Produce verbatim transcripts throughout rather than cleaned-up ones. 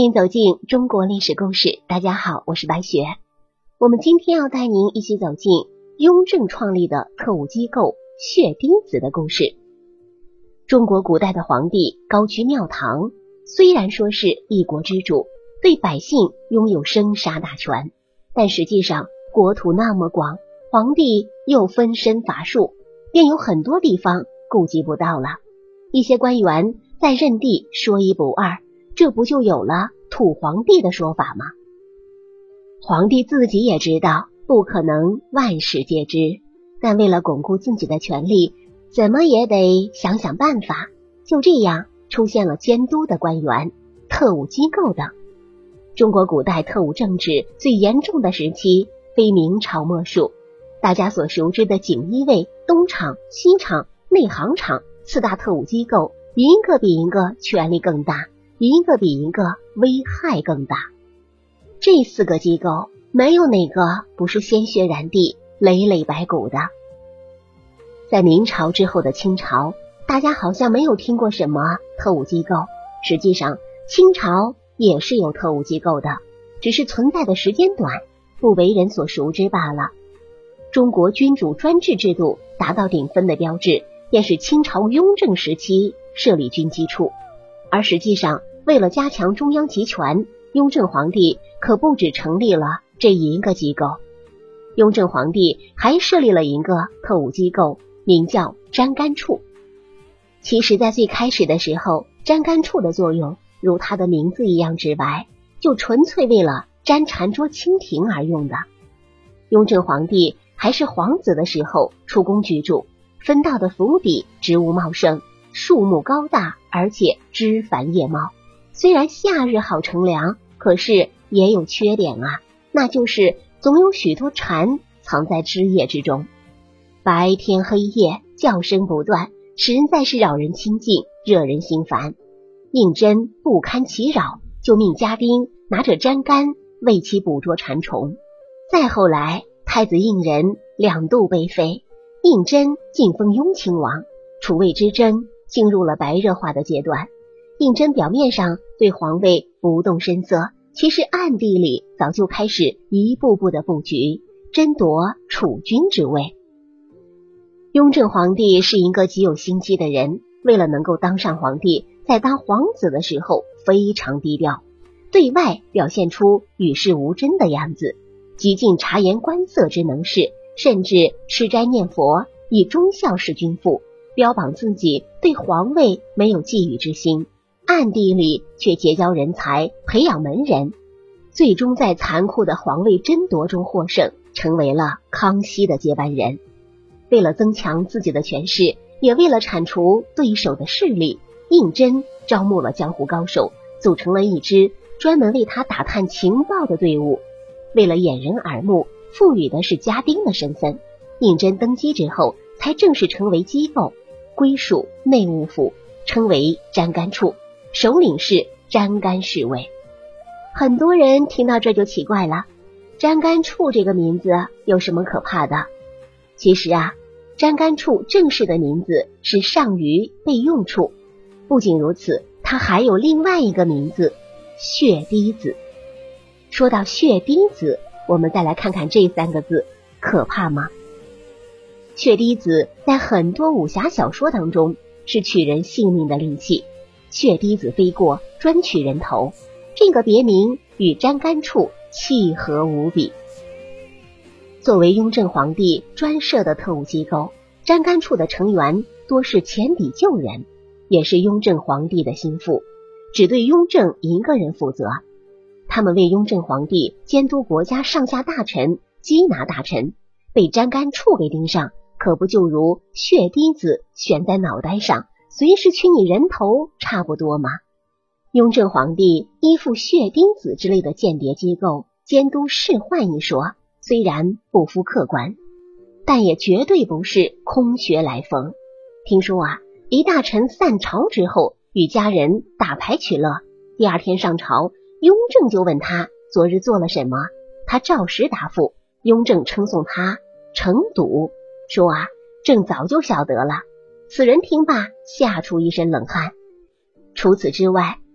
迎走进中国历史故事。大家好，我是白雪。我们今天要带您一起走进雍正创立的特务机构血滴子的故事。中国古代的皇帝高居庙堂，虽然说是一国之主，对百姓拥有生杀大权，但实际上国土那么广，皇帝又分身乏术，便有很多地方顾及不到了。一些官员在任地说一不二，这不就有了土皇帝的说法吗？皇帝自己也知道不可能万事皆知，但为了巩固自己的权力，怎么也得想想办法。就这样出现了监督的官员、特务机构等。中国古代特务政治最严重的时期非明朝莫属，大家所熟知的锦衣卫、东厂、西厂、内行厂四大特务机构，一个比一个权力更大，一个比一个危害更大。这四个机构没有哪个不是鲜血染地、累累白骨的。在明朝之后的清朝，大家好像没有听过什么特务机构，实际上清朝也是有特务机构的，只是存在的时间短，不为人所熟知罢了。中国君主专制制度达到顶峰的标志，便是清朝雍正时期设立军机处。而实际上，为了加强中央集权，雍正皇帝可不只成立了这一个机构。雍正皇帝还设立了一个特务机构，名叫占干处。其实在最开始的时候，占干处的作用如它的名字一样直白，就纯粹为了占禅捉清廷而用的。雍正皇帝还是皇子的时候出宫居住，分到的府邸植物茂盛，树木高大，而且枝繁叶茂。虽然夏日好乘凉，可是也有缺点啊，那就是总有许多蝉藏在枝叶之中，白天黑夜叫声不断，实在是扰人清静，惹人心烦。胤禛不堪其扰，就命家丁拿着粘竿为其捕捉蝉虫。再后来，太子胤仁两度被废，胤禛晋封雍亲王，楚魏之争进入了白热化的阶段。胤禛表面上对皇位不动声色，其实暗地里早就开始一步步的布局，争夺储君之位。雍正皇帝是一个极有心机的人，为了能够当上皇帝，在当皇子的时候非常低调，对外表现出与世无争的样子，极尽察言观色之能事，甚至吃斋念佛，以忠孝事君父，标榜自己对皇位没有觊觎之心，暗地里却结交人才，培养门人，最终在残酷的皇位争夺中获胜，成为了康熙的接班人。为了增强自己的权势，也为了铲除对手的势力，胤禛招募了江湖高手，组成了一支专门为他打探情报的队伍。为了掩人耳目，赋予的是家丁的身份。胤禛登基之后，才正式成为机构，归属内务府，称为占干处，首领是占干侍卫。很多人听到这就奇怪了，占干处这个名字有什么可怕的？其实啊，占干处正式的名字是上虞备用处。不仅如此，它还有另外一个名字，血滴子。说到血滴子，我们再来看看这三个字，可怕吗？血滴子在很多武侠小说当中是取人性命的利器，血滴子飞过，专取人头，这个别名与占干处契合无比。作为雍正皇帝专设的特务机构，占干处的成员多是前抵旧人，也是雍正皇帝的心腹，只对雍正一个人负责。他们为雍正皇帝监督国家上下大臣、缉拿大臣，被占干处给盯上，可不就如血滴子悬在脑袋上，随时取你人头差不多吗？雍正皇帝依附血滴子之类的间谍机构监督仕宦一说，虽然不肤客观，但也绝对不是空穴来风。听说啊，一大臣散朝之后，与家人打牌取乐，第二天上朝，雍正就问他昨日做了什么，他照实答复。雍正称颂他成笃，说啊，朕早就晓得了。此人听罢吓出一身冷汗。除此之外，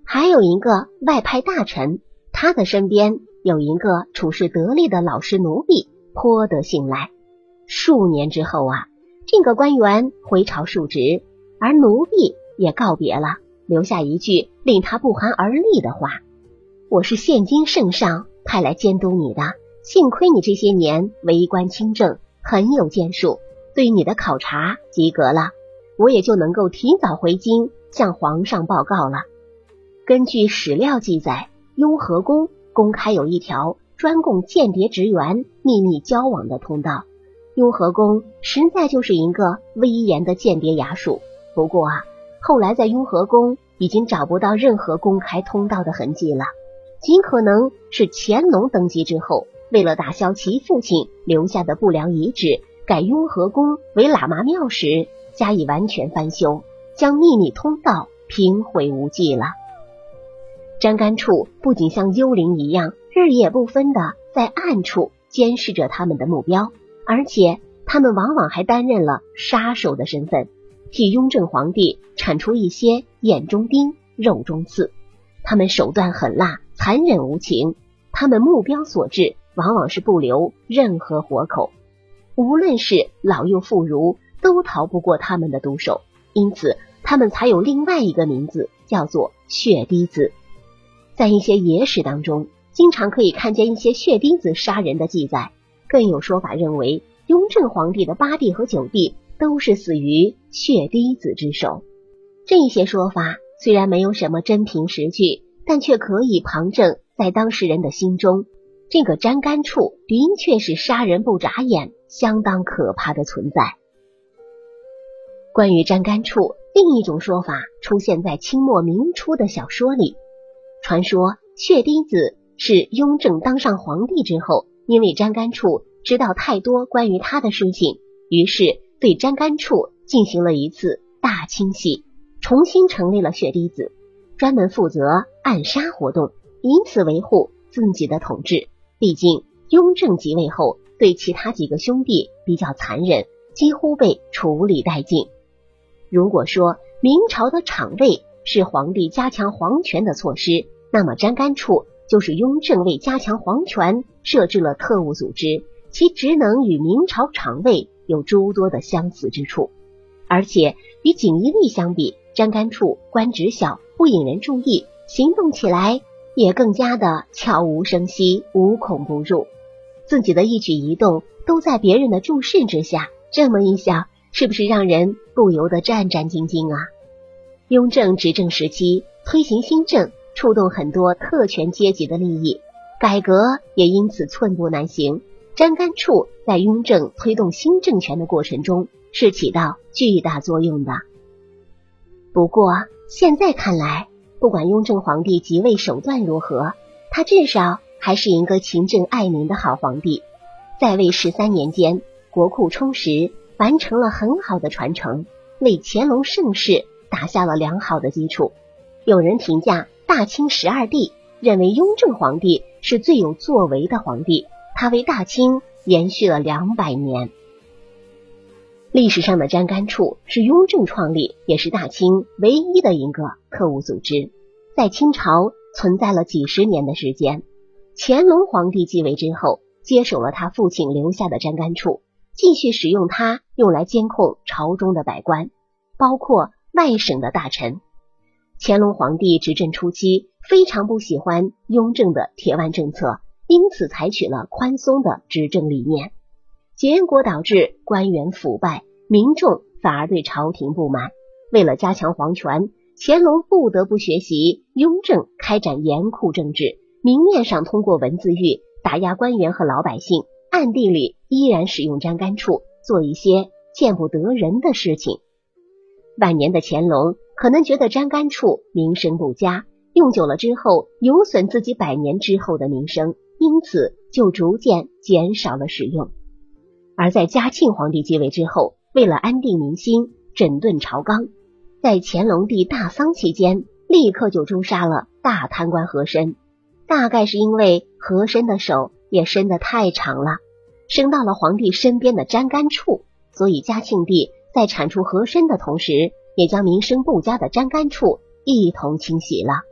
还有一个外派大臣，他的身边有一个处事得力的老实奴婢，颇得信赖。数年之后啊，这个官员回朝述职，而奴婢也告别了，留下一句令他不寒而栗的话：我是现今圣上派来监督你的，幸亏你这些年为官清正，很有建树，对你的考察及格了，我也就能够提早回京向皇上报告了。根据史料记载，雍和宫公开有一条专供间谍职员秘密交往的通道。雍和宫实在就是一个威严的间谍衙署，不过啊，后来在雍和宫已经找不到任何公开通道的痕迹了，极可能是乾隆登基之后，为了打消其父亲留下的不良遗址，改雍和宫为喇嘛庙时加以完全翻修，将秘密通道平毁无迹了。詹干处不仅像幽灵一样日夜不分的在暗处监视着他们的目标，而且他们往往还担任了杀手的身份，替雍正皇帝铲除一些眼中钉肉中刺。他们手段狠辣，残忍无情，他们目标所至，往往是不留任何活口，无论是老幼妇孺都逃不过他们的毒手，因此他们才有另外一个名字，叫做血滴子。在一些野史当中，经常可以看见一些血滴子杀人的记载，更有说法认为雍正皇帝的八弟和九弟都是死于血滴子之手。这些说法虽然没有什么真凭实据，但却可以旁证在当事人的心中，这个詹干处的确是杀人不眨眼，相当可怕的存在。关于詹干处，另一种说法出现在清末明初的小说里。传说血滴子是雍正当上皇帝之后，因为詹干处知道太多关于他的事情，于是对詹干处进行了一次大清洗，重新成立了血滴子，专门负责暗杀活动，以此维护自己的统治。毕竟雍正即位后对其他几个兄弟比较残忍，几乎被处理殆尽。如果说明朝的厂卫是皇帝加强皇权的措施，那么詹干处就是雍正为加强皇权设置了特务组织，其职能与明朝厂卫有诸多的相似之处。而且与锦衣卫相比，詹干处官职小，不引人注意，行动起来也更加的悄无声息，无孔不入，自己的一举一动都在别人的注视之下，这么一想，是不是让人不由得战战兢兢啊？雍正执政时期推行新政，触动很多特权阶级的利益，改革也因此寸步难行。詹干处在雍正推动新政权的过程中是起到巨大作用的。不过现在看来，不管雍正皇帝即位手段如何，他至少还是一个勤政爱民的好皇帝。在位十三年间，国库充实，完成了很好的传承，为乾隆盛世打下了良好的基础。有人评价大清十二帝，认为雍正皇帝是最有作为的皇帝，他为大清延续了两百年。历史上的詹干处是雍正创立，也是大清唯一的一个特务组织，在清朝存在了几十年的时间。乾隆皇帝继位之后，接手了他父亲留下的詹干处，继续使用它用来监控朝中的百官，包括外省的大臣。乾隆皇帝执政初期非常不喜欢雍正的铁腕政策，因此采取了宽松的执政理念，结果导致官员腐败，民众反而对朝廷不满。为了加强皇权，乾隆不得不学习雍正开展严酷政治，明面上通过文字狱打压官员和老百姓，暗地里依然使用詹干处做一些见不得人的事情。晚年的乾隆可能觉得詹干处名声不佳，用久了之后有损自己百年之后的名声，因此就逐渐减少了使用。而在嘉庆皇帝继位之后，为了安定民心，整顿朝纲，在乾隆帝大丧期间立刻就诛杀了大贪官和珅。大概是因为和珅的手也伸得太长了，伸到了皇帝身边的詹干处，所以嘉庆帝在铲除和珅的同时，也将名声不佳的詹干处一同清洗了。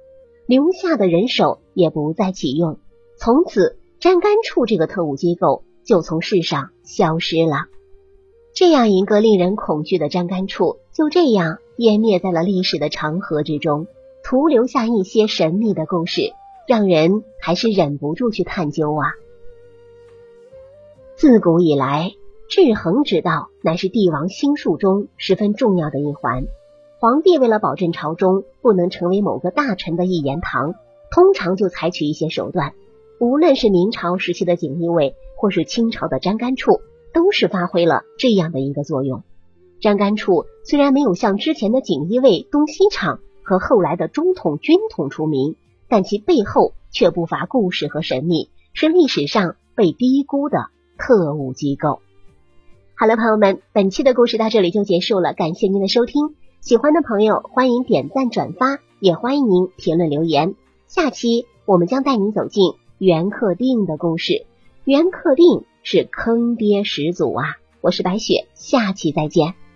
留下的人手也不再启用，从此詹干处这个特务机构就从世上消失了。这样一个令人恐惧的詹干处就这样湮灭在了历史的长河之中，徒留下一些神秘的故事，让人还是忍不住去探究啊。自古以来，制衡之道乃是帝王兴术中十分重要的一环。皇帝为了保证朝中不能成为某个大臣的一言堂，通常就采取一些手段。无论是明朝时期的锦衣卫，或是清朝的詹干处，都是发挥了这样的一个作用。詹干处虽然没有像之前的锦衣卫、东西厂和后来的中统、军统出名，但其背后却不乏故事和神秘，是历史上被低估的特务机构。好了，朋友们，本期的故事到这里就结束了，感谢您的收听。喜欢的朋友欢迎点赞转发，也欢迎您评论留言。下期我们将带您走进袁克定的故事。袁克定是坑爹始祖啊！我是白雪，下期再见。